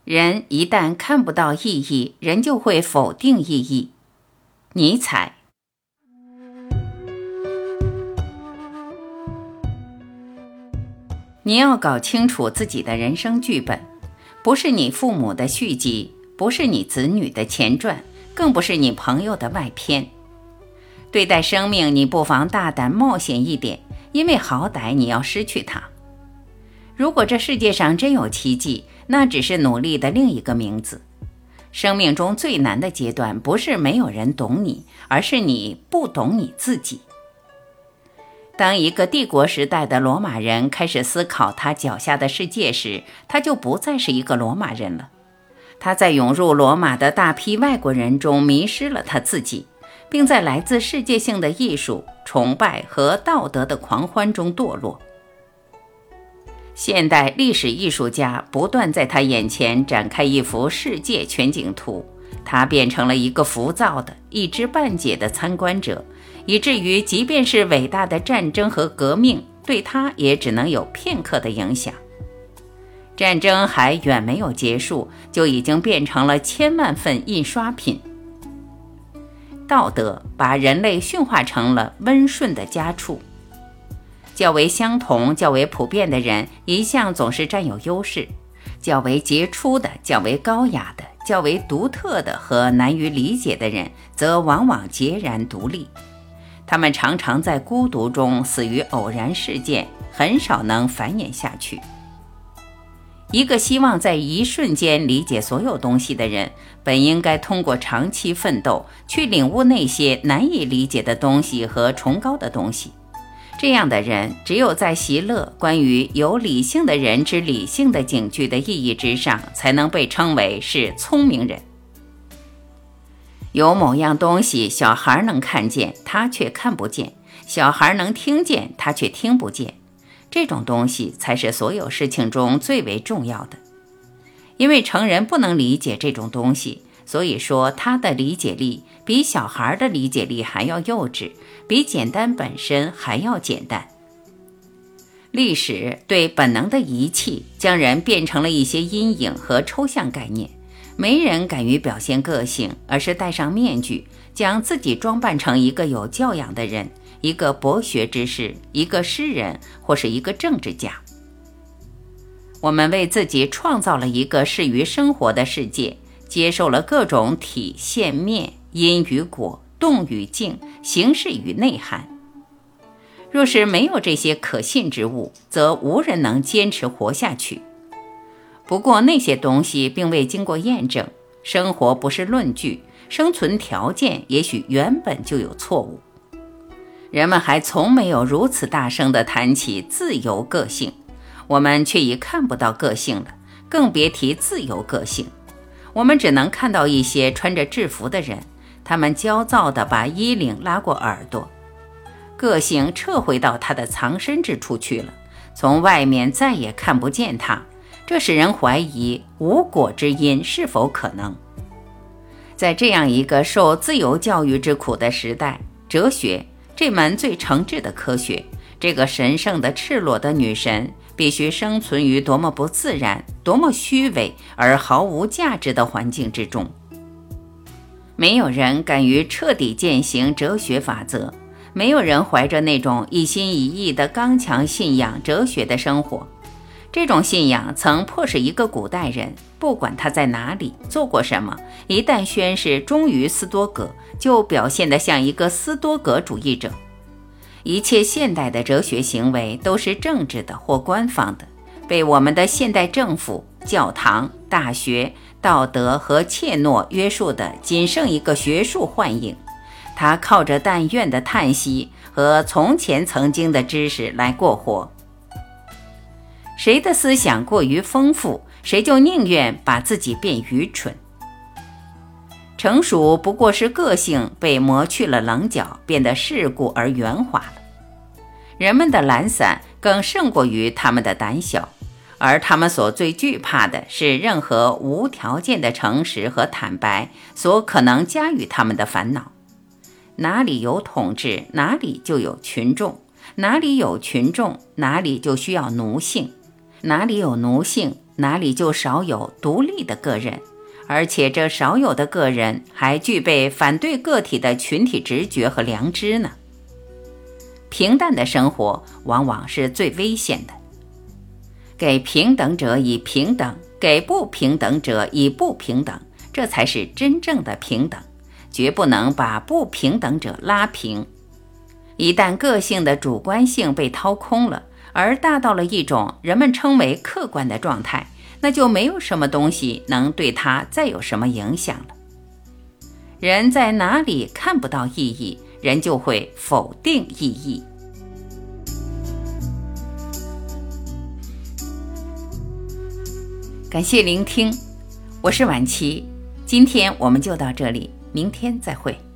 人一旦看不到意义，人就会否定意义。尼采。你要搞清楚自己的人生剧本，不是你父母的续集，不是你子女的前传，更不是你朋友的外篇。对待生命，你不妨大胆冒险一点，因为好歹你要失去它。如果这世界上真有奇迹，那只是努力的另一个名字。生命中最难的阶段，不是没有人懂你，而是你不懂你自己。当一个帝国时代的罗马人开始思考他脚下的世界时，他就不再是一个罗马人了。他在涌入罗马的大批外国人中迷失了他自己，并在来自世界性的艺术、崇拜和道德的狂欢中堕落。现代历史艺术家不断在他眼前展开一幅世界全景图，他变成了一个浮躁的、一知半解的参观者，以至于即便是伟大的战争和革命，对他也只能有片刻的影响。战争还远没有结束，就已经变成了千万份印刷品。道德把人类驯化成了温顺的家畜。较为相同、较为普遍的人一向总是占有优势，较为杰出的、较为高雅的、较为独特的和难于理解的人则往往截然独立。他们常常在孤独中死于偶然事件，很少能繁衍下去。一个希望在一瞬间理解所有东西的人，本应该通过长期奋斗去领悟那些难以理解的东西和崇高的东西。这样的人只有在席勒关于有理性的人之理性的警句的意义之上，才能被称为是聪明人。有某样东西小孩能看见，他却看不见；小孩能听见，他却听不见。这种东西才是所有事情中最为重要的。因为成人不能理解这种东西，所以说他的理解力比小孩的理解力还要幼稚，比简单本身还要简单。历史对本能的遗弃，将人变成了一些阴影和抽象概念。没人敢于表现个性，而是戴上面具，将自己装扮成一个有教养的人，一个博学之士，一个诗人，或是一个政治家。我们为自己创造了一个适于生活的世界，接受了各种体、现、面、因与果、动与静、形式与内涵。若是没有这些可信之物，则无人能坚持活下去。不过那些东西并未经过验证，生活不是论据，生存条件也许原本就有错误。人们还从没有如此大声地谈起自由个性，我们却已看不到个性了，更别提自由个性。我们只能看到一些穿着制服的人，他们焦躁地把衣领拉过耳朵。个性撤回到它的藏身之处去了，从外面再也看不见它，这使人怀疑无果之因是否可能。在这样一个受自由教育之苦的时代，哲学这门最诚挚的科学，这个神圣的赤裸的女神，必须生存于多么不自然、多么虚伪而毫无价值的环境之中。没有人敢于彻底践行哲学法则，没有人怀着那种一心一意的刚强信仰哲学的生活。这种信仰曾迫使一个古代人，不管他在哪里做过什么，一旦宣誓忠于斯多葛，就表现得像一个斯多葛主义者。一切现代的哲学行为都是政治的或官方的，被我们的现代政府、教堂、大学、道德和怯懦约束的仅剩一个学术幻影。他靠着但愿的叹息和从前曾经的知识来过活。谁的思想过于丰富，谁就宁愿把自己变愚蠢。成熟不过是个性被磨去了棱角，变得世故而圆滑了。人们的懒散更胜过于他们的胆小，而他们所最惧怕的是任何无条件的诚实和坦白所可能加于他们的烦恼。哪里有统治，哪里就有群众，哪里有群众，哪里就需要奴性，哪里有奴性， 哪里就少有独立的个人，而且这少有的个人还具备反对个体的群体直觉和良知呢？平淡的生活往往是最危险的。给平等者以平等，给不平等者以不平等，这才是真正的平等，绝不能把不平等者拉平。一旦个性的主观性被掏空了，而大到了一种人们称为客观的状态，那就没有什么东西能对它再有什么影响了。人在哪里看不到意义，人就会否定意义。感谢聆听，我是婉琪，今天我们就到这里，明天再会。